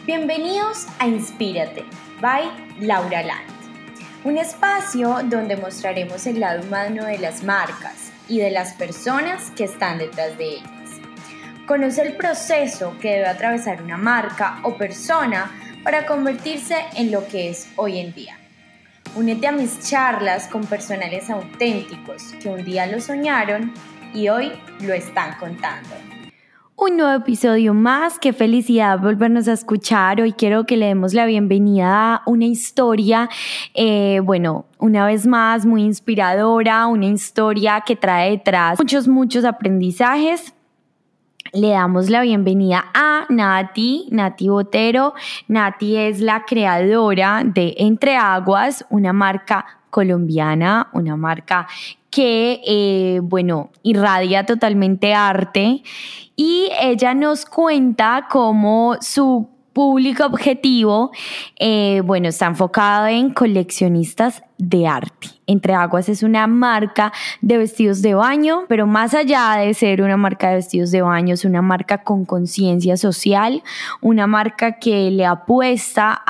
Bienvenidos a Inspírate, by Laura Land, un espacio donde mostraremos el lado humano de las marcas y de las personas que están detrás de ellas. Conoce el proceso que debe atravesar una marca o persona para convertirse en lo que es hoy en día. Únete a mis charlas con personajes auténticos que un día lo soñaron y hoy lo están contando. Un nuevo episodio más, qué felicidad volvernos a escuchar. Hoy quiero que le demos la bienvenida a una historia, una vez más muy inspiradora, una historia que trae detrás muchos aprendizajes. Le damos la bienvenida a Nati Botero. Nati es la creadora de Entre Aguas, una marca colombiana, una marca que, irradia totalmente arte, y ella nos cuenta cómo su público objetivo, está enfocado en coleccionistas de arte. Entre Aguas es una marca de vestidos de baño, pero más allá de ser una marca de vestidos de baño, es una marca con conciencia social, una marca que le apuesta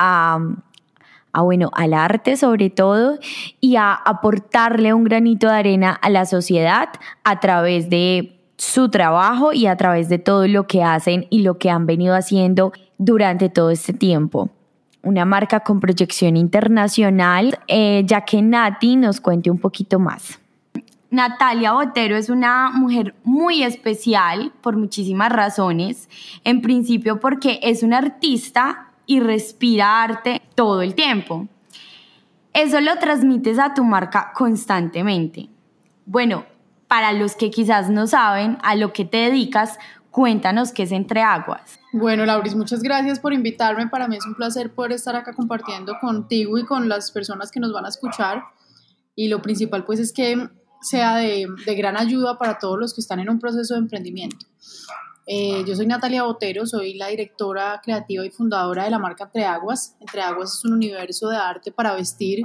al arte sobre todo, y a aportarle un granito de arena a la sociedad a través de su trabajo y a través de todo lo que hacen y lo que han venido haciendo durante todo este tiempo. Una marca con proyección internacional, ya que Nati nos cuente un poquito más. Natalia Botero es una mujer muy especial por muchísimas razones. En principio porque es una artista y respira arte todo el tiempo. Eso lo transmites a tu marca constantemente. Bueno, para los que quizás no saben a lo que te dedicas, cuéntanos qué es Entre Aguas. Bueno, Lauris, muchas gracias por invitarme. Para mí es un placer poder estar acá compartiendo contigo y con las personas que nos van a escuchar. Y lo principal pues es que sea de gran ayuda para todos los que están en un proceso de emprendimiento. Yo soy Natalia Botero, soy la directora creativa y fundadora de la marca Entre Aguas. Entre Aguas es un universo de arte para vestir,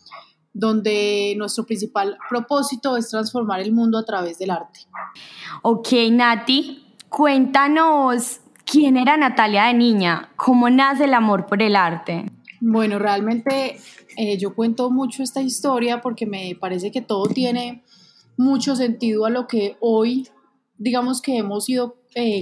donde nuestro principal propósito es transformar el mundo a través del arte. Ok, Nati, cuéntanos quién era Natalia de niña, cómo nace el amor por el arte. Bueno, realmente yo cuento mucho esta historia porque me parece que todo tiene mucho sentido a lo que hoy, digamos que hemos ido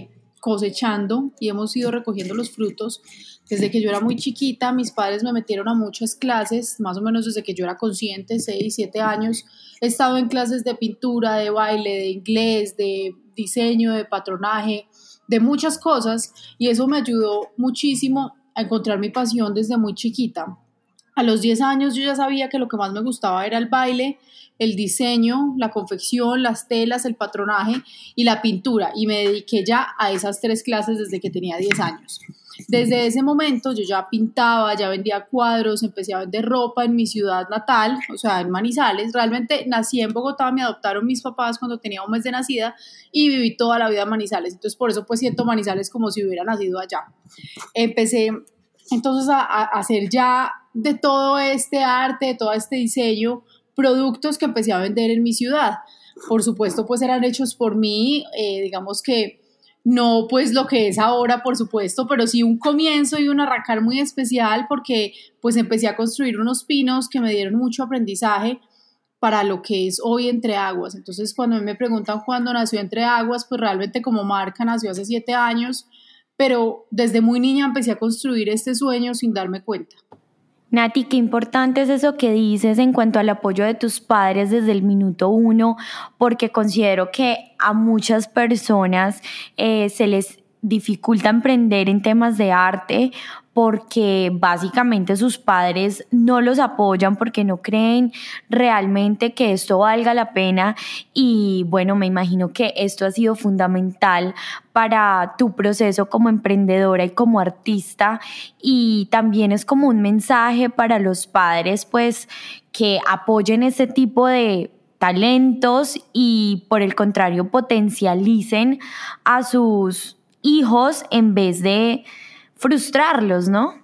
cosechando y hemos ido recogiendo los frutos. Desde que yo era muy chiquita, mis padres me metieron a muchas clases, más o menos desde que yo era consciente, 6, 7 años. He estado en clases de pintura, de baile, de inglés, de diseño, de patronaje, de muchas cosas, y eso me ayudó muchísimo a encontrar mi pasión desde muy chiquita. A los 10 años yo ya sabía que lo que más me gustaba era el baile, el diseño, la confección, las telas, el patronaje y la pintura, y me dediqué ya a esas 3 clases desde que tenía 10 años. Desde ese momento yo ya pintaba, ya vendía cuadros, empecé a vender ropa en mi ciudad natal, o sea, en Manizales. Realmente nací en Bogotá, me adoptaron mis papás cuando tenía un mes de nacida y viví toda la vida en Manizales. Entonces por eso pues siento Manizales como si hubiera nacido allá. Empecé entonces a hacer ya de todo este arte, de todo este diseño, productos que empecé a vender en mi ciudad. Por supuesto pues eran hechos por mí, digamos que no pues lo que es ahora, por supuesto, pero sí un comienzo y un arrancar muy especial, porque pues empecé a construir unos pinos que me dieron mucho aprendizaje para lo que es hoy Entre Aguas. Entonces cuando me preguntan cuándo nació Entre Aguas, pues realmente como marca nació hace 7 años, pero desde muy niña empecé a construir este sueño sin darme cuenta. Nati, qué importante es eso que dices en cuanto al apoyo de tus padres desde el minuto 1, porque considero que a muchas personas se les dificulta emprender en temas de arte porque básicamente sus padres no los apoyan, porque no creen realmente que esto valga la pena. Y bueno, me imagino que esto ha sido fundamental para tu proceso como emprendedora y como artista, y también es como un mensaje para los padres pues que apoyen ese tipo de talentos y por el contrario potencialicen a sus hijos en vez de frustrarlos, ¿no?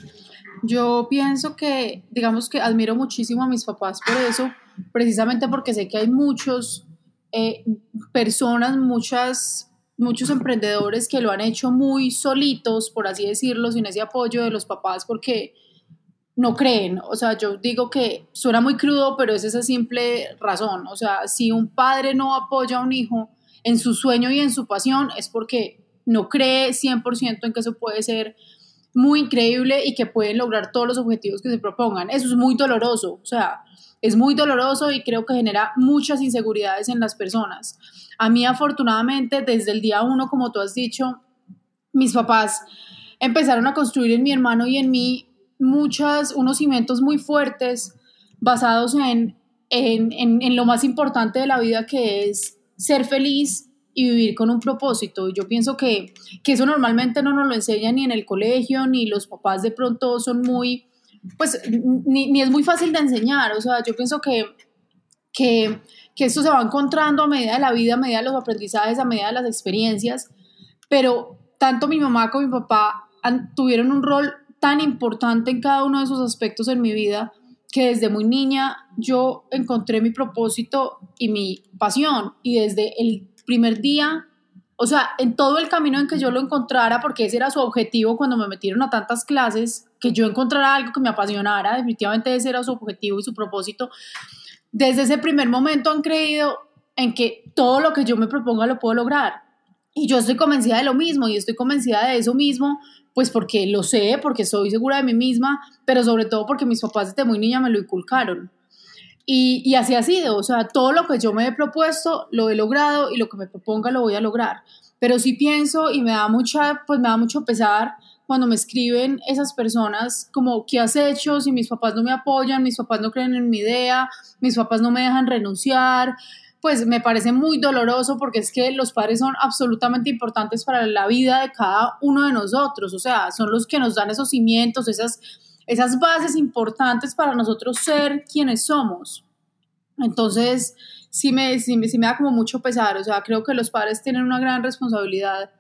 Yo pienso que, digamos que admiro muchísimo a mis papás por eso, precisamente porque sé que hay muchas personas, muchas muchos emprendedores que lo han hecho muy solitos, por así decirlo, sin ese apoyo de los papás, porque no creen. O sea, yo digo que suena muy crudo, pero es esa simple razón. O sea, si un padre no apoya a un hijo en su sueño y en su pasión, es porque no cree 100% en que eso puede ser muy increíble y que pueden lograr todos los objetivos que se propongan. Eso es muy doloroso, o sea, es muy doloroso y creo que genera muchas inseguridades en las personas. A mí, afortunadamente, desde el día uno, como tú has dicho, mis papás empezaron a construir en mi hermano y en mí unos cimientos muy fuertes basados en lo más importante de la vida, que es ser feliz y vivir con un propósito. Y yo pienso que eso normalmente no nos lo enseñan ni en el colegio, ni los papás de pronto son muy, pues ni es muy fácil de enseñar. O sea, yo pienso que esto se va encontrando a medida de la vida, a medida de los aprendizajes, a medida de las experiencias, pero tanto mi mamá como mi papá tuvieron un rol tan importante en cada uno de esos aspectos en mi vida, que desde muy niña yo encontré mi propósito y mi pasión, y desde el primer día, o sea, en todo el camino en que yo lo encontrara, porque ese era su objetivo cuando me metieron a tantas clases, que yo encontrara algo que me apasionara, definitivamente ese era su objetivo y su propósito. Desde ese primer momento han creído en que todo lo que yo me proponga lo puedo lograr. Y yo estoy convencida de lo mismo, y estoy convencida de eso mismo, pues porque lo sé, porque soy segura de mí misma, pero sobre todo porque mis papás desde muy niña me lo inculcaron. Y así ha sido, o sea, todo lo que yo me he propuesto lo he logrado, y lo que me proponga lo voy a lograr. Pero sí pienso, y me da mucho pesar cuando me escriben esas personas como: ¿qué has hecho? Si mis papás no me apoyan, mis papás no creen en mi idea, mis papás no me dejan renunciar. Pues me parece muy doloroso, porque es que los padres son absolutamente importantes para la vida de cada uno de nosotros. O sea, son los que nos dan esos cimientos, esas bases importantes para nosotros ser quienes somos. Entonces, sí me da como mucho pesar. O sea, creo que los padres tienen una gran responsabilidad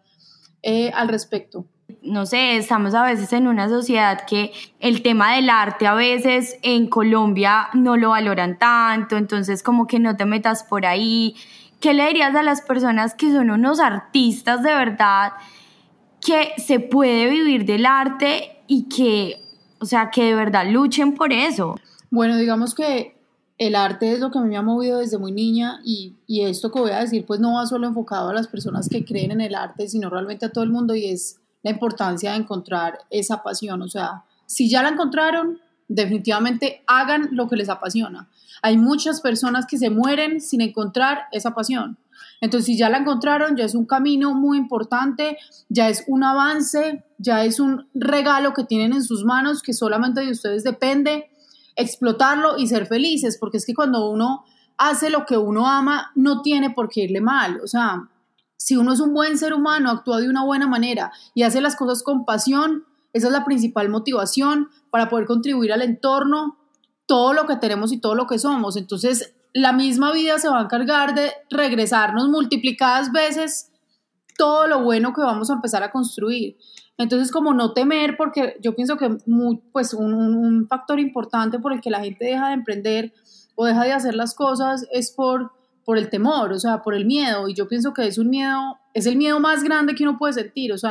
al respecto. No sé, estamos a veces en una sociedad que el tema del arte a veces en Colombia no lo valoran tanto, entonces como que no te metas por ahí. ¿Qué le dirías a las personas que son unos artistas de verdad, que se puede vivir del arte y que, o sea, que de verdad luchen por eso? Bueno, digamos que el arte es lo que a mí me ha movido desde muy niña, y esto que voy a decir pues no va solo enfocado a las personas que creen en el arte, sino realmente a todo el mundo, y es la importancia de encontrar esa pasión. O sea, si ya la encontraron, definitivamente hagan lo que les apasiona. Hay muchas personas que se mueren sin encontrar esa pasión. Entonces, si ya la encontraron, ya es un camino muy importante, ya es un avance, ya es un regalo que tienen en sus manos, que solamente de ustedes depende explotarlo y ser felices, porque es que cuando uno hace lo que uno ama, no tiene por qué irle mal. O sea, si uno es un buen ser humano, actúa de una buena manera y hace las cosas con pasión, esa es la principal motivación para poder contribuir al entorno, todo lo que tenemos y todo lo que somos. Entonces, la misma vida se va a encargar de regresarnos multiplicadas veces todo lo bueno que vamos a empezar a construir. Entonces, como no temer, porque yo pienso que pues un factor importante por el que la gente deja de emprender o deja de hacer las cosas es por el temor, o sea, por el miedo. Y yo pienso que es el miedo más grande que uno puede sentir. O sea,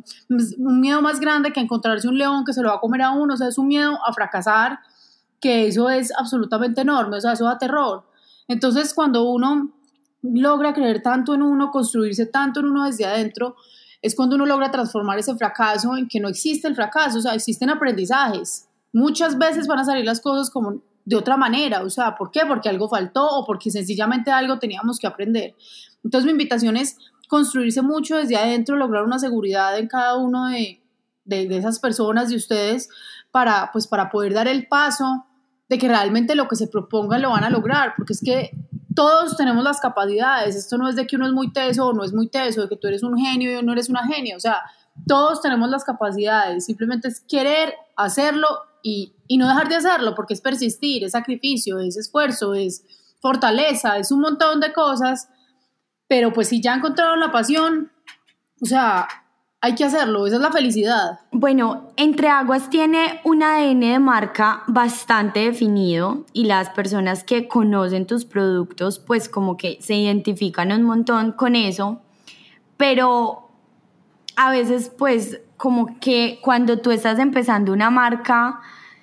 un miedo más grande que encontrarse un león que se lo va a comer a uno. O sea, es un miedo a fracasar, que eso es absolutamente enorme. O sea, eso da terror. Entonces, cuando uno logra creer tanto en uno, construirse tanto en uno desde adentro, es cuando uno logra transformar ese fracaso en que no existe el fracaso. O sea, existen aprendizajes. Muchas veces van a salir las cosas como de otra manera. O sea, ¿por qué? Porque algo faltó o porque sencillamente algo teníamos que aprender. Entonces, mi invitación es construirse mucho desde adentro, lograr una seguridad en cada uno de esas personas, de ustedes, para poder dar el paso de que realmente lo que se propongan lo van a lograr, porque es que todos tenemos las capacidades. Esto no es de que uno es muy teso o no es muy teso, de que tú eres un genio y no eres una genia. O sea, todos tenemos las capacidades, simplemente es querer hacerlo y no dejar de hacerlo, porque es persistir, es sacrificio, es esfuerzo, es fortaleza, es un montón de cosas. Pero pues si ya encontraron la pasión, o sea, hay que hacerlo, esa es la felicidad. Bueno, Entre Aguas tiene un ADN de marca bastante definido, y las personas que conocen tus productos pues como que se identifican un montón con eso, pero a veces pues como que cuando tú estás empezando una marca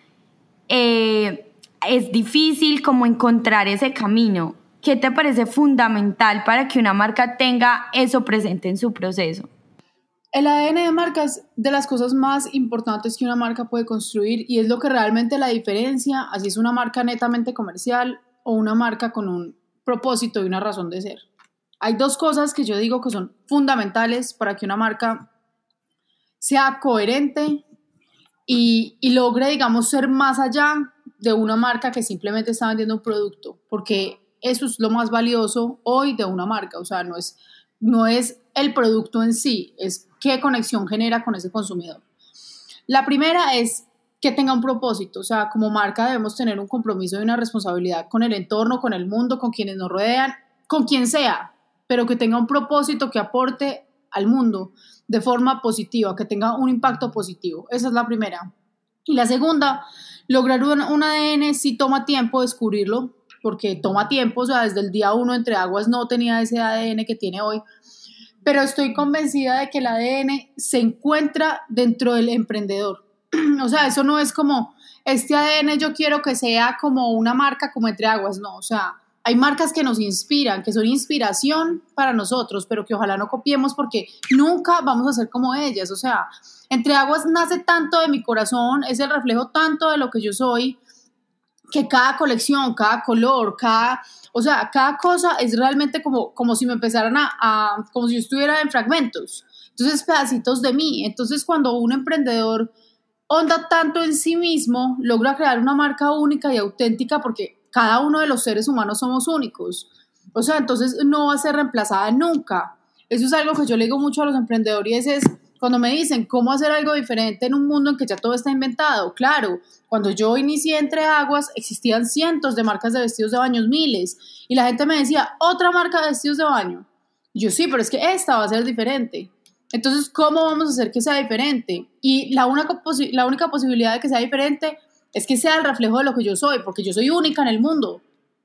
es difícil como encontrar ese camino. ¿Qué te parece fundamental para que una marca tenga eso presente en su proceso? El ADN de marca es de las cosas más importantes que una marca puede construir y es lo que realmente la diferencia, así es una marca netamente comercial o una marca con un propósito y una razón de ser. Hay dos cosas que yo digo que son fundamentales para que una marca sea coherente y logre, digamos, ser más allá de una marca que simplemente está vendiendo un producto, porque eso es lo más valioso hoy de una marca, o sea, no es el producto en sí, es qué conexión genera con ese consumidor. La primera es que tenga un propósito, o sea, como marca debemos tener un compromiso y una responsabilidad con el entorno, con el mundo, con quienes nos rodean, con quien sea, pero que tenga un propósito que aporte al mundo de forma positiva, que tenga un impacto positivo. Esa es la primera. Y la segunda, lograr un ADN sí toma tiempo descubrirlo, porque toma tiempo, o sea, desde el día 1 Entre Aguas no tenía ese ADN que tiene hoy, pero estoy convencida de que el ADN se encuentra dentro del emprendedor. O sea, eso no es como, este ADN yo quiero que sea como una marca como Entre Aguas, no, o sea, hay marcas que nos inspiran, que son inspiración para nosotros, pero que ojalá no copiemos porque nunca vamos a ser como ellas, o sea, Entre Aguas nace tanto de mi corazón, es el reflejo tanto de lo que yo soy, que cada colección, cada color, o sea, cada cosa es realmente como si me empezaran como si yo estuviera en fragmentos. Entonces, pedacitos de mí. Entonces, cuando un emprendedor honda tanto en sí mismo, logra crear una marca única y auténtica porque cada uno de los seres humanos somos únicos. O sea, entonces no va a ser reemplazada nunca. Eso es algo que yo le digo mucho a los emprendedores, es cuando me dicen cómo hacer algo diferente en un mundo en que ya todo está inventado. Claro, cuando yo inicié Entre Aguas existían cientos de marcas de vestidos de baño, miles, y la gente me decía, otra marca de vestidos de baño. Y yo sí, pero es que esta va a ser diferente. Entonces, ¿cómo vamos a hacer que sea diferente? Y la única posibilidad de que sea diferente es que sea el reflejo de lo que yo soy, porque yo soy única en el mundo.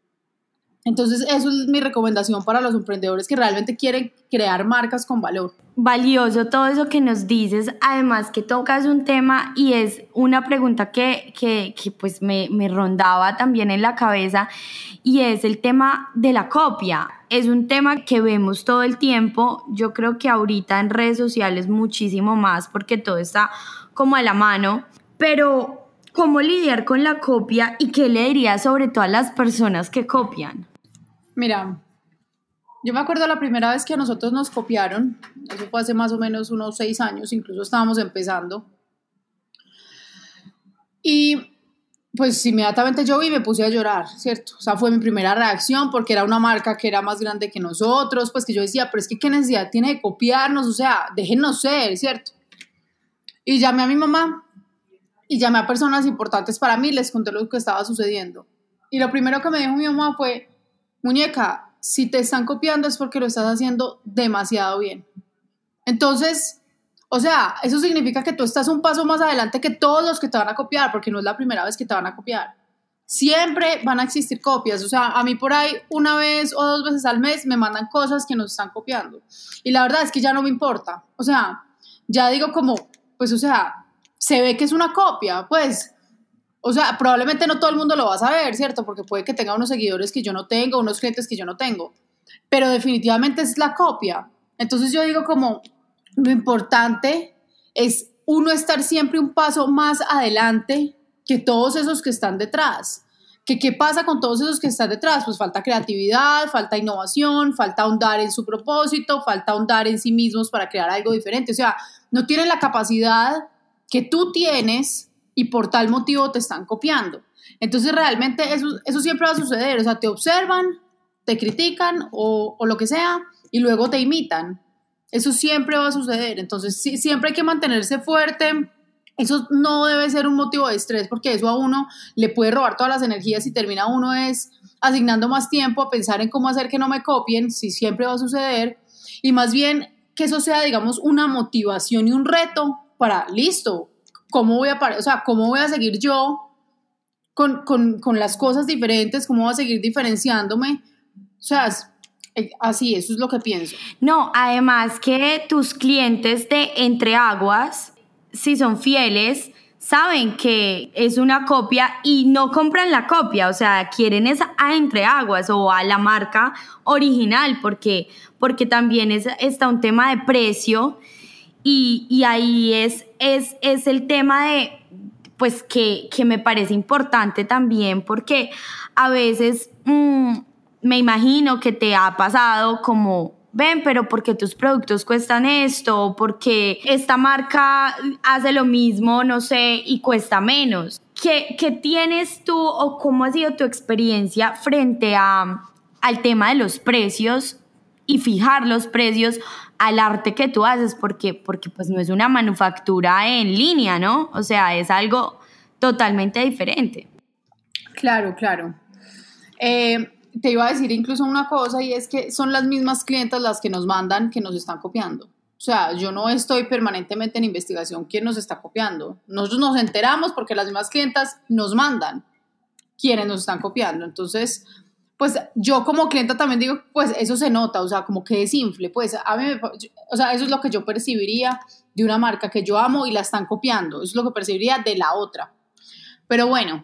Entonces, eso es mi recomendación para los emprendedores que realmente quieren crear marcas con valor. Valioso todo eso que nos dices, además que tocas un tema y es una pregunta que pues me rondaba también en la cabeza y es el tema de la copia. Es un tema que vemos todo el tiempo, yo creo que ahorita en redes sociales muchísimo más porque todo está como a la mano, pero ¿cómo lidiar con la copia y qué le dirías sobre todo a las personas que copian? Mira, yo me acuerdo la primera vez que a nosotros nos copiaron, eso fue hace más o menos unos 6 años, incluso estábamos empezando. Y pues inmediatamente yo vi y me puse a llorar, ¿cierto? O sea, fue mi primera reacción porque era una marca que era más grande que nosotros, pues que yo decía, pero es que qué necesidad tiene de copiarnos, o sea, déjennos ser, ¿cierto? Y llamé a mi mamá y llamé a personas importantes para mí, les conté lo que estaba sucediendo. Y lo primero que me dijo mi mamá fue, muñeca, si te están copiando es porque lo estás haciendo demasiado bien. Entonces, o sea, eso significa que tú estás un paso más adelante que todos los que te van a copiar, porque no es la primera vez que te van a copiar. Siempre van a existir copias, o sea, a mí por ahí una vez o 2 veces al mes me mandan cosas que nos están copiando. Y la verdad es que ya no me importa, o sea, ya digo como, pues, o sea, se ve que es una copia, pues, o sea, probablemente no todo el mundo lo va a saber, ¿cierto? Porque puede que tenga unos seguidores que yo no tengo, unos clientes que yo no tengo, pero definitivamente es la copia. Entonces yo digo como, lo importante es uno estar siempre un paso más adelante que todos esos que están detrás. ¿Qué pasa con todos esos que están detrás? Pues falta creatividad, falta innovación, falta ahondar en su propósito, falta ahondar en sí mismos para crear algo diferente. O sea, no tienen la capacidad que tú tienes y por tal motivo te están copiando. Entonces realmente eso siempre va a suceder, o sea, te observan, te critican o lo que sea y luego te imitan. Eso siempre va a suceder, entonces sí, siempre hay que mantenerse fuerte. Eso no debe ser un motivo de estrés porque eso a uno le puede robar todas las energías y termina uno es asignando más tiempo a pensar en cómo hacer que no me copien, si siempre va a suceder, y más bien que eso sea, digamos, una motivación y un reto para, listo, ¿cómo voy a seguir yo con las cosas diferentes? ¿Cómo voy a seguir diferenciándome? O sea, Así, eso es lo que pienso. No, además que tus clientes de Entre Aguas, si son fieles, saben que es una copia y no compran la copia, o sea, quieren esa a Entre Aguas o a la marca original, porque también está un tema de precio y ahí es el tema de, pues, que me parece importante también, porque a veces me imagino que te ha pasado como, ven, pero ¿por qué tus productos cuestan esto? ¿Por qué esta marca hace lo mismo, no sé, y cuesta menos? ¿Qué tienes tú o cómo ha sido tu experiencia frente al tema de los precios y fijar los precios al arte que tú haces? Porque pues no es una manufactura en línea, ¿no? O sea, es algo totalmente diferente. Claro, claro. Te iba a decir incluso una cosa y es que son las mismas clientas las que nos mandan que nos están copiando. O sea, yo no estoy permanentemente en investigación quién nos está copiando. Nosotros nos enteramos porque las mismas clientas nos mandan quiénes nos están copiando. Entonces, pues yo como clienta también digo, pues eso se nota, o sea, como que desinfle. Pues a mí, o sea, eso es lo que yo percibiría de una marca que yo amo y la están copiando. Eso es lo que percibiría de la otra. Pero bueno,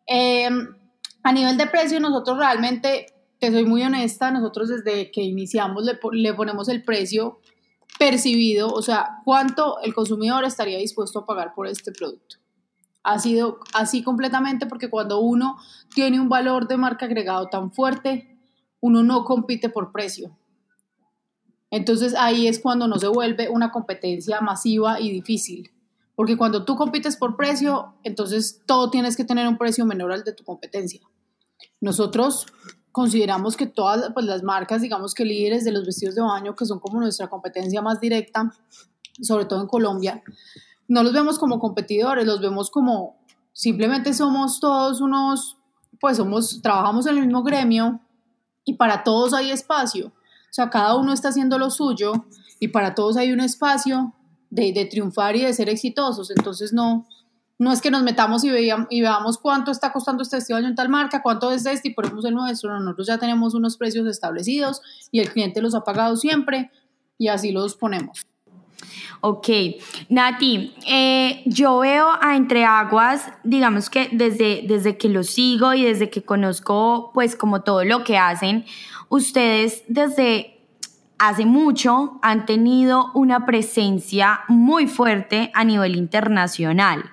a nivel de precio, nosotros realmente, te soy muy honesta, nosotros desde que iniciamos le ponemos el precio percibido, o sea, cuánto el consumidor estaría dispuesto a pagar por este producto. Ha sido así completamente porque cuando uno tiene un valor de marca agregado tan fuerte, uno no compite por precio. Entonces ahí es cuando no se vuelve una competencia masiva y difícil. Porque cuando tú compites por precio, entonces todo tienes que tener un precio menor al de tu competencia. Nosotros consideramos que todas pues, las marcas, digamos que líderes de los vestidos de baño, que son como nuestra competencia más directa, sobre todo en Colombia, no los vemos como competidores, los vemos como simplemente somos todos unos, pues trabajamos en el mismo gremio y para todos hay espacio. O sea, cada uno está haciendo lo suyo y para todos hay un espacio de triunfar y de ser exitosos. Entonces no es que nos metamos y veamos cuánto está costando este vestido en tal marca, cuánto es este y ponemos el nuestro. No, nosotros ya tenemos unos precios establecidos y el cliente los ha pagado siempre y así los ponemos. Ok, Nati, yo veo a Entre Aguas, digamos que desde que los sigo y desde que conozco pues como todo lo que hacen, ustedes desde hace mucho han tenido una presencia muy fuerte a nivel internacional.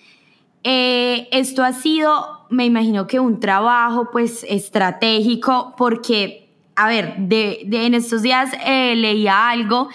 Esto ha sido, me imagino que un trabajo pues estratégico porque, a ver, en estos días leía algo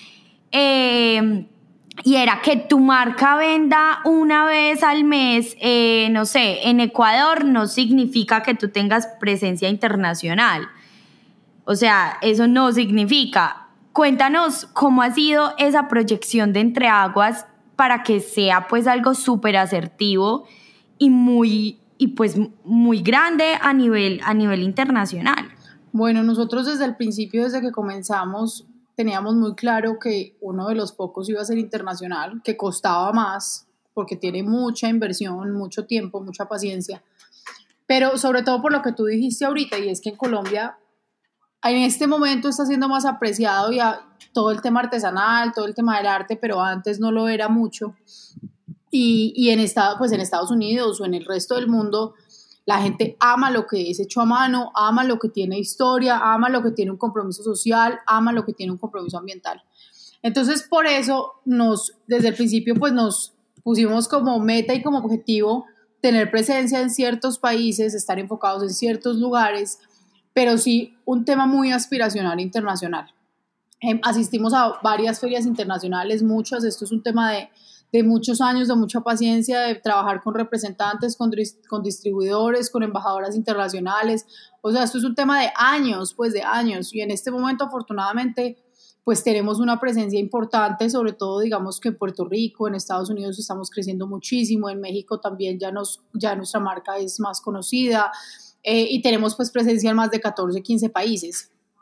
y era que tu marca venda una vez al mes, no sé, en Ecuador no significa que tú tengas presencia internacional. O sea, eso no significa. Cuéntanos cómo ha sido esa proyección de Entre Aguas para que sea pues algo súper asertivo y pues muy grande a nivel internacional. Bueno, nosotros desde el principio, desde que comenzamos, teníamos muy claro que uno de los focos iba a ser internacional, que costaba más porque tiene mucha inversión, mucho tiempo, mucha paciencia, pero sobre todo por lo que tú dijiste ahorita, y es que en Colombia en este momento está siendo más apreciado ya todo el tema artesanal, todo el tema del arte, pero antes no lo era mucho. Y pues en Estados Unidos o en el resto del mundo, la gente ama lo que es hecho a mano, ama lo que tiene historia, ama lo que tiene un compromiso social, ama lo que tiene un compromiso ambiental. Entonces, por eso desde el principio pues nos pusimos como meta y como objetivo tener presencia en ciertos países, estar enfocados en ciertos lugares, pero sí un tema muy aspiracional internacional. Asistimos a varias ferias internacionales, muchas. Esto es un tema de muchos años, de mucha paciencia, de trabajar con representantes, con distribuidores, con embajadoras internacionales. O sea, esto es un tema de años, pues de años. Y en este momento, afortunadamente, pues tenemos una presencia importante, sobre todo, digamos que en Puerto Rico, en Estados Unidos estamos creciendo muchísimo, en México también ya nuestra marca es más conocida y tenemos pues presencia en más de 14, 15 países.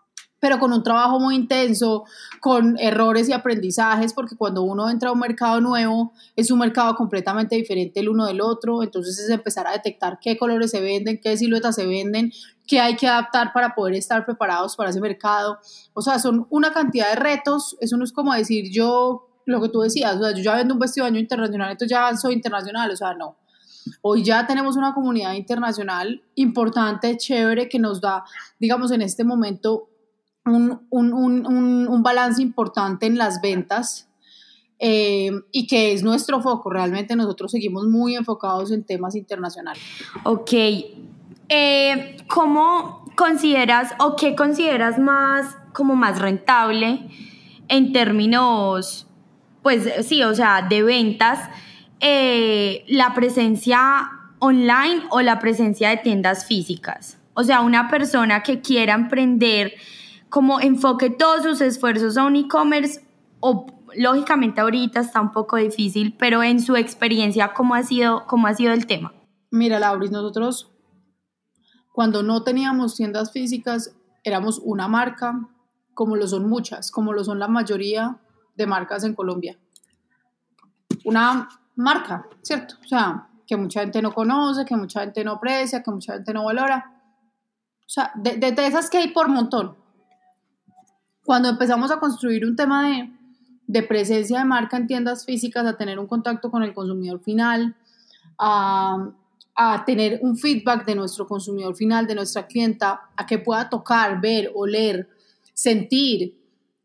pero con un trabajo muy intenso, con errores y aprendizajes, porque cuando uno entra a un mercado nuevo, es un mercado completamente diferente el uno del otro, entonces es empezar a detectar qué colores se venden, qué siluetas se venden, qué hay que adaptar para poder estar preparados para ese mercado. O sea, son una cantidad de retos, eso no es como decir yo, lo que tú decías, o sea, yo ya vendo un vestido de baño internacional, entonces ya soy internacional, o sea, no. Hoy ya tenemos una comunidad internacional importante, chévere, que nos da, digamos, en este momento un balance importante en las ventas, y que es nuestro foco. Realmente nosotros seguimos muy enfocados en temas internacionales. Ok. ¿Cómo consideras o qué consideras más como más rentable en términos, pues sí, o sea, de ventas, la presencia online o la presencia de tiendas físicas? O sea, una persona que quiera emprender, como enfoque todos sus esfuerzos a un e-commerce, o lógicamente ahorita está un poco difícil, pero en su experiencia, cómo ha sido el tema? Mira, Lauris, nosotros cuando no teníamos tiendas físicas éramos una marca, como lo son muchas, como lo son la mayoría de marcas en Colombia. Una marca, ¿cierto? O sea, que mucha gente no conoce, que mucha gente no aprecia, que mucha gente no valora. O sea, de esas que hay por montón. Cuando empezamos a construir un tema de presencia de marca en tiendas físicas, a tener un contacto con el consumidor final, a tener un feedback de nuestro consumidor final, de nuestra clienta, a que pueda tocar, ver, oler, sentir,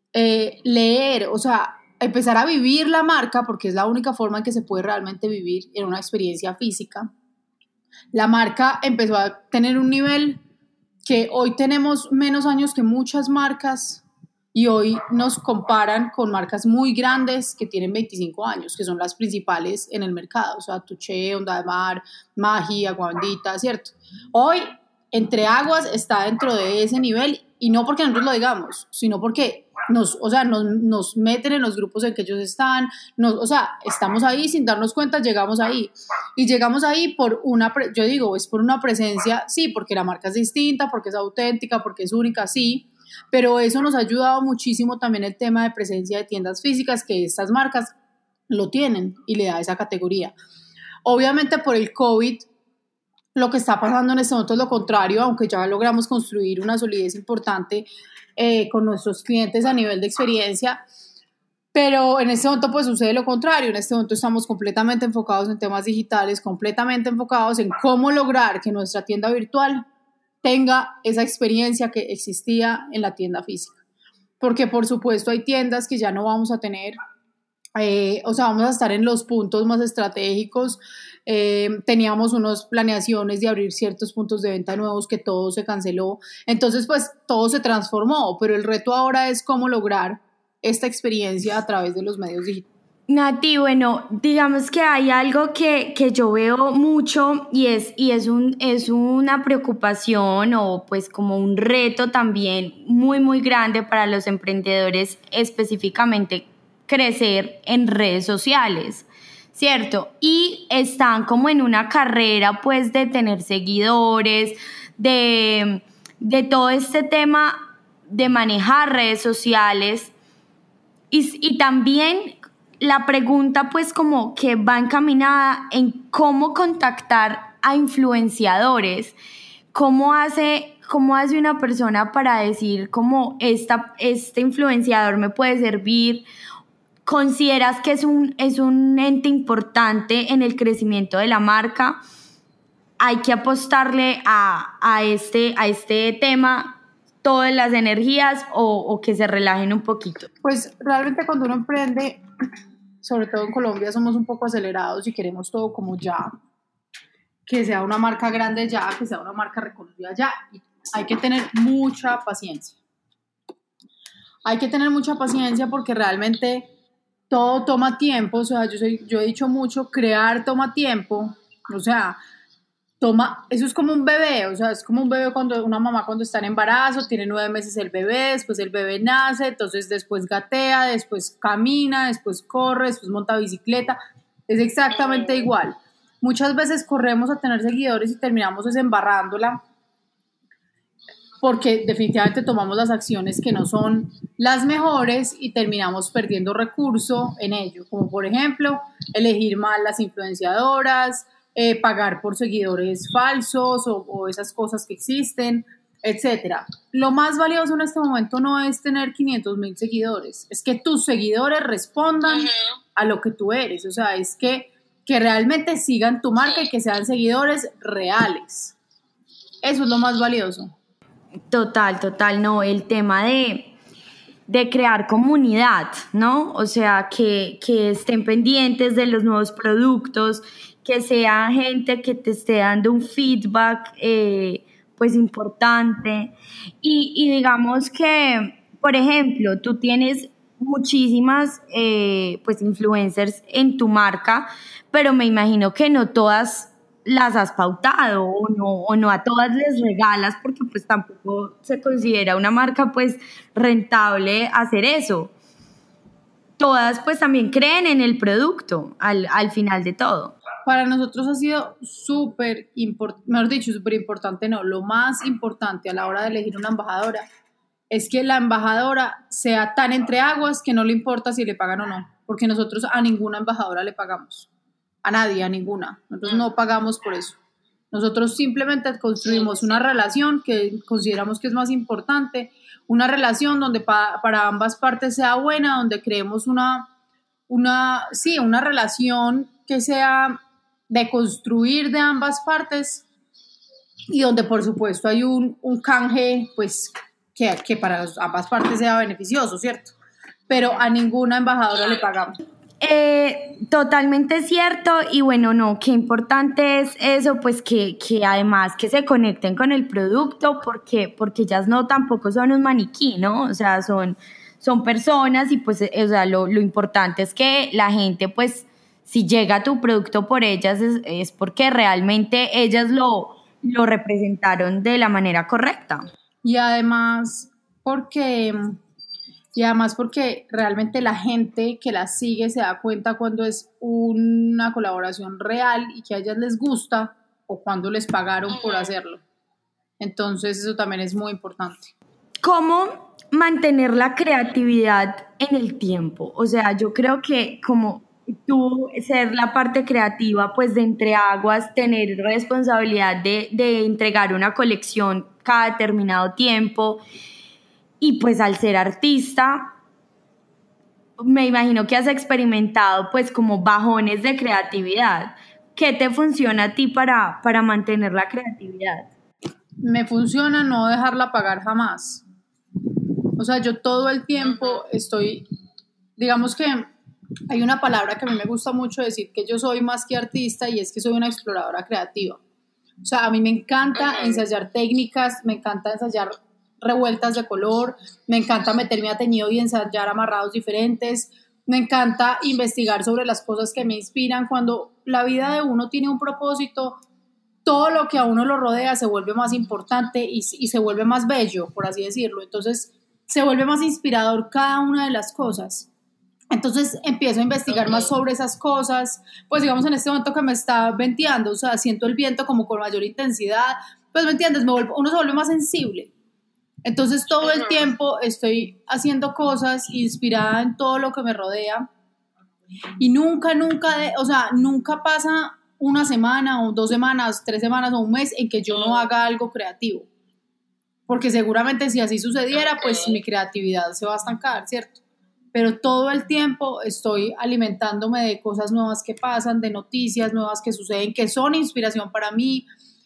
leer, o sea, empezar a vivir la marca, porque es la única forma en que se puede realmente vivir en una experiencia física. La marca empezó a tener un nivel que hoy tenemos menos años que muchas marcas, y hoy nos comparan con marcas muy grandes que tienen 25 años, que son las principales en el mercado, o sea, Touché, Onda de Mar, Maggi, Agua Bendita, ¿cierto? Hoy, Entre Aguas está dentro de ese nivel, y no porque nosotros lo digamos, sino porque nos meten en los grupos en que ellos están, o sea, estamos ahí sin darnos cuenta, llegamos ahí. Y llegamos ahí yo digo, es por una presencia, sí, porque la marca es distinta, porque es auténtica, porque es única, sí, pero eso nos ha ayudado muchísimo también el tema de presencia de tiendas físicas, que estas marcas lo tienen y le da esa categoría. Obviamente por el COVID, lo que está pasando en este momento es lo contrario, aunque ya logramos construir una solidez importante con nuestros clientes a nivel de experiencia, pero en este momento pues sucede lo contrario. En este momento estamos completamente enfocados en temas digitales, completamente enfocados en cómo lograr que nuestra tienda virtual tenga esa experiencia que existía en la tienda física, porque por supuesto hay tiendas que ya no vamos a tener, o sea, vamos a estar en los puntos más estratégicos. Teníamos unas planeaciones de abrir ciertos puntos de venta nuevos que todo se canceló, entonces pues todo se transformó, pero el reto ahora es cómo lograr esta experiencia a través de los medios digitales. Nati, bueno, digamos que hay algo que yo veo mucho, y es una preocupación, o pues como un reto también muy, muy grande para los emprendedores, específicamente crecer en redes sociales, ¿cierto? Y están como en una carrera pues de tener seguidores, de todo este tema de manejar redes sociales, y también la pregunta pues como que va encaminada en cómo contactar a influenciadores. ¿Cómo hace una persona para decir como este influenciador me puede servir? ¿Consideras que es un ente importante en el crecimiento de la marca? ¿Hay que apostarle a este tema todas las energías, o que se relajen un poquito? Pues realmente cuando uno emprende, sobre todo en Colombia, somos un poco acelerados y queremos todo como ya, que sea una marca grande ya, que sea una marca reconocida ya. Y hay que tener mucha paciencia. Hay que tener mucha paciencia porque realmente todo toma tiempo. O sea, yo he dicho mucho, crear toma tiempo. O sea, eso es como un bebé, o sea, es como un bebé una mamá cuando está en embarazo, tiene 9 meses el bebé, después el bebé nace, entonces después gatea, después camina, después corre, después monta bicicleta. Es exactamente igual. Muchas veces corremos a tener seguidores y terminamos desembarrándola porque definitivamente tomamos las acciones que no son las mejores y terminamos perdiendo recurso en ello, como por ejemplo elegir mal las influenciadoras, pagar por seguidores falsos o esas cosas que existen, etcétera. Lo más valioso en este momento no es tener 500,000 seguidores, es que tus seguidores respondan a lo que tú eres, o sea, es que realmente sigan tu marca y que sean seguidores reales. Eso es lo más valioso. Total, no, el tema de crear comunidad, ¿no? O sea, que estén pendientes de los nuevos productos, que sea gente que te esté dando un feedback, pues importante. Y digamos que, por ejemplo, tú tienes muchísimas, pues, influencers en tu marca, pero me imagino que no todas las has pautado o no a todas les regalas porque pues tampoco se considera una marca pues rentable hacer eso. Todas pues también creen en el producto al final de todo. Para nosotros ha sido súper importante, mejor dicho, súper importante, no, lo más importante a la hora de elegir una embajadora es que la embajadora sea tan entre aguas que no le importa si le pagan o no, porque nosotros a ninguna embajadora le pagamos, a nadie, a ninguna, nosotros no pagamos por eso. Nosotros simplemente construimos una relación que consideramos que es más importante, una relación donde para ambas partes sea buena, donde creemos una relación que sea de construir de ambas partes y donde por supuesto hay un canje pues que para ambas partes sea beneficioso, ¿cierto? Pero a ninguna embajadora le pagamos. Totalmente cierto y bueno, no, qué importante es eso, pues que además que se conecten con el producto porque ellas no tampoco son un maniquí, ¿no? O sea, son personas y pues o sea, lo importante es que la gente pues si llega a tu producto por ellas es porque realmente ellas lo representaron de la manera correcta. Y además porque realmente la gente que las sigue se da cuenta cuando es una colaboración real y que a ellas les gusta o cuando les pagaron por hacerlo. Entonces eso también es muy importante. ¿Cómo mantener la creatividad en el tiempo? O sea, yo creo que como tú ser la parte creativa, pues de entre aguas, tener responsabilidad de entregar una colección cada determinado tiempo y pues al ser artista, me imagino que has experimentado pues como bajones de creatividad. ¿Qué te funciona a ti para mantener la creatividad? Me funciona no dejarla pagar jamás. O sea, yo todo el tiempo estoy, digamos que hay una palabra que a mí me gusta mucho decir que yo soy más que artista y es que soy una exploradora creativa. O sea, a mí me encanta ensayar técnicas, me encanta ensayar revueltas de color, me encanta meterme a teñido y ensayar amarrados diferentes, me encanta investigar sobre las cosas que me inspiran. Cuando la vida de uno tiene un propósito, todo lo que a uno lo rodea se vuelve más importante y se vuelve más bello, por así decirlo. Entonces, se vuelve más inspirador cada una de las cosas. Entonces empiezo a investigar más sobre esas cosas, pues digamos en este momento que me está venteando, o sea, siento el viento como con mayor intensidad, pues me entiendes, uno se vuelve más sensible. Entonces todo el tiempo estoy haciendo cosas inspirada en todo lo que me rodea y nunca, o sea, nunca pasa una semana o 2 semanas, 3 semanas o un mes en que yo no haga algo creativo. Porque seguramente si así sucediera, pues mi creatividad se va a estancar, ¿cierto? Pero todo el tiempo estoy alimentándome de cosas nuevas que pasan, de noticias nuevas que suceden, que son inspiración para mí,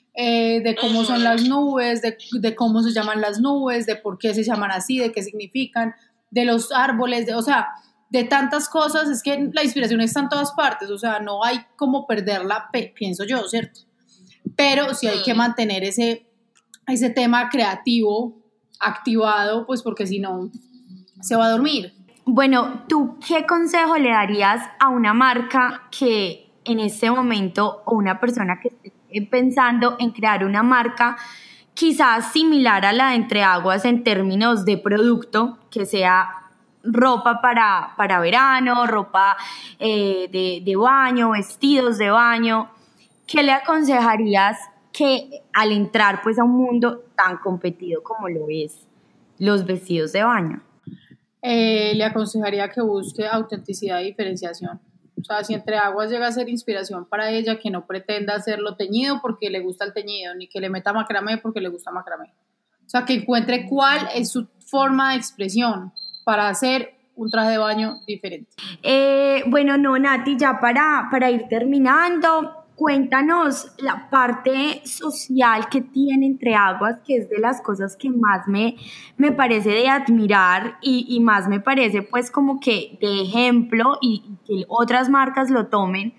de cómo son las nubes, de cómo se llaman las nubes, de por qué se llaman así, de qué significan, de los árboles, o sea, de tantas cosas. Es que la inspiración está en todas partes, o sea, no hay como perderla, pienso yo, ¿cierto? Pero sí hay que mantener ese tema creativo activado, pues porque si no, se va a dormir. Bueno, ¿tú qué consejo le darías a una marca que en este momento o una persona que esté pensando en crear una marca quizás similar a la de Entre Aguas en términos de producto, que sea ropa para verano, ropa de baño, vestidos de baño? ¿Qué le aconsejarías que al entrar pues a un mundo tan competido como lo es los vestidos de baño? Le aconsejaría que busque autenticidad y diferenciación. O sea, si Entre Aguas llega a ser inspiración para ella, que no pretenda hacerlo teñido porque le gusta el teñido, ni que le meta macramé porque le gusta macramé. O sea, que encuentre cuál es su forma de expresión para hacer un traje de baño diferente. Bueno, no, Nati, ya para ir terminando, cuéntanos la parte social que tiene Entre Aguas, que es de las cosas que más me parece de admirar y más me parece pues como que de ejemplo y que otras marcas lo tomen.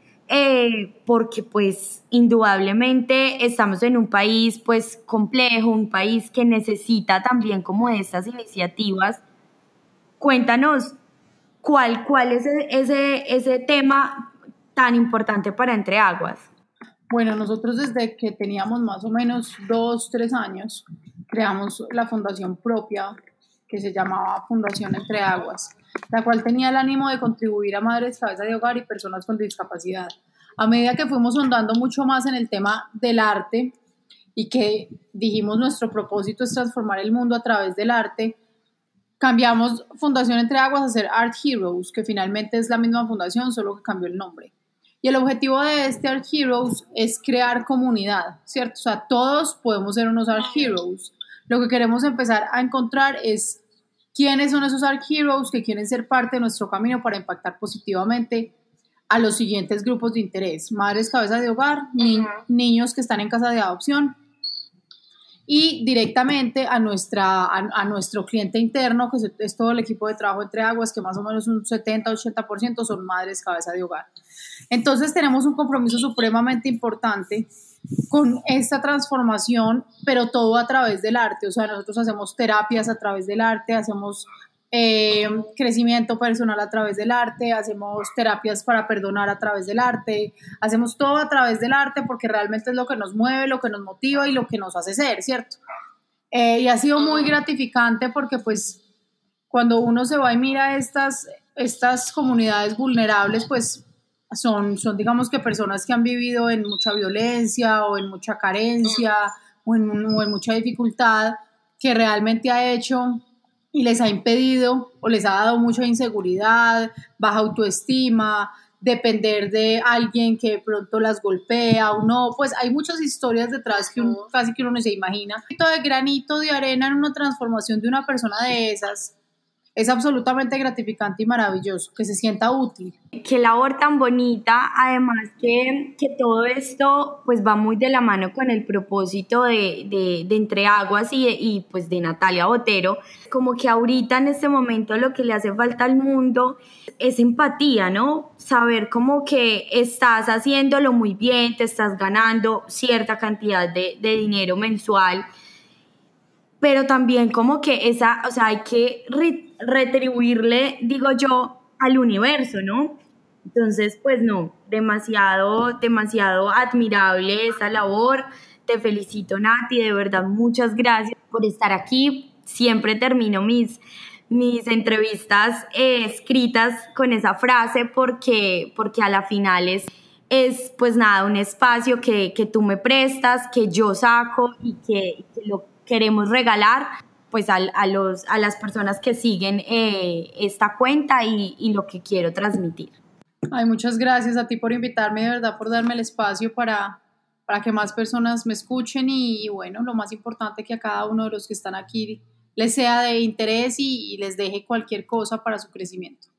Porque pues indudablemente estamos en un país pues complejo, un país que necesita también como de estas iniciativas. Cuéntanos cuál es ese tema tan importante para Entre Aguas. Bueno, nosotros desde que teníamos más o menos 2, 3 años, creamos la fundación propia que se llamaba Fundación Entre Aguas, la cual tenía el ánimo de contribuir a madres cabeza de hogar y personas con discapacidad. A medida que fuimos ahondando mucho más en el tema del arte y que dijimos nuestro propósito es transformar el mundo a través del arte, cambiamos Fundación Entre Aguas a ser Art Heroes, que finalmente es la misma fundación, solo que cambió el nombre. Y el objetivo de este Art Heroes es crear comunidad, ¿cierto? O sea, todos podemos ser unos Art Heroes. Lo que queremos empezar a encontrar es quiénes son esos Art Heroes que quieren ser parte de nuestro camino para impactar positivamente a los siguientes grupos de interés: madres cabeza de hogar, niños que están en casa de adopción, y directamente a nuestro cliente interno, que es todo el equipo de trabajo Entre Aguas, que más o menos un 70-80% son madres cabeza de hogar. Entonces tenemos un compromiso supremamente importante con esta transformación, pero todo a través del arte. O sea, nosotros hacemos terapias a través del arte, hacemos crecimiento personal a través del arte, hacemos terapias para perdonar a través del arte, hacemos todo a través del arte porque realmente es lo que nos mueve, lo que nos motiva y lo que nos hace ser, ¿cierto? Y ha sido muy gratificante porque pues cuando uno se va y mira estas comunidades vulnerables, pues son digamos que personas que han vivido en mucha violencia o en mucha carencia o en mucha dificultad, que realmente ha hecho y les ha impedido o les ha dado mucha inseguridad, baja autoestima, depender de alguien que de pronto las golpea o no. Pues hay muchas historias detrás que casi que uno no se imagina. De granito de arena en una transformación de una persona de esas es absolutamente gratificante y maravilloso, que se sienta útil. Qué labor tan bonita, además que todo esto pues va muy de la mano con el propósito de Entre Aguas y pues de Natalia Botero. Como que ahorita en este momento lo que le hace falta al mundo es empatía, ¿no? Saber como que estás haciéndolo muy bien, te estás ganando cierta cantidad de dinero mensual, pero también como que o sea, hay que retribuirle, digo yo, al universo, ¿no? Entonces, pues no, demasiado admirable esa labor. Te felicito, Nati, de verdad, muchas gracias por estar aquí. Siempre termino mis entrevistas escritas con esa frase porque a la final es pues nada, un espacio que tú me prestas, que yo saco y que lo queremos regalar pues a las personas que siguen esta cuenta y lo que quiero transmitir. Ay, muchas gracias a ti por invitarme, de verdad, por darme el espacio para que más personas me escuchen y bueno, lo más importante, que a cada uno de los que están aquí les sea de interés y les deje cualquier cosa para su crecimiento.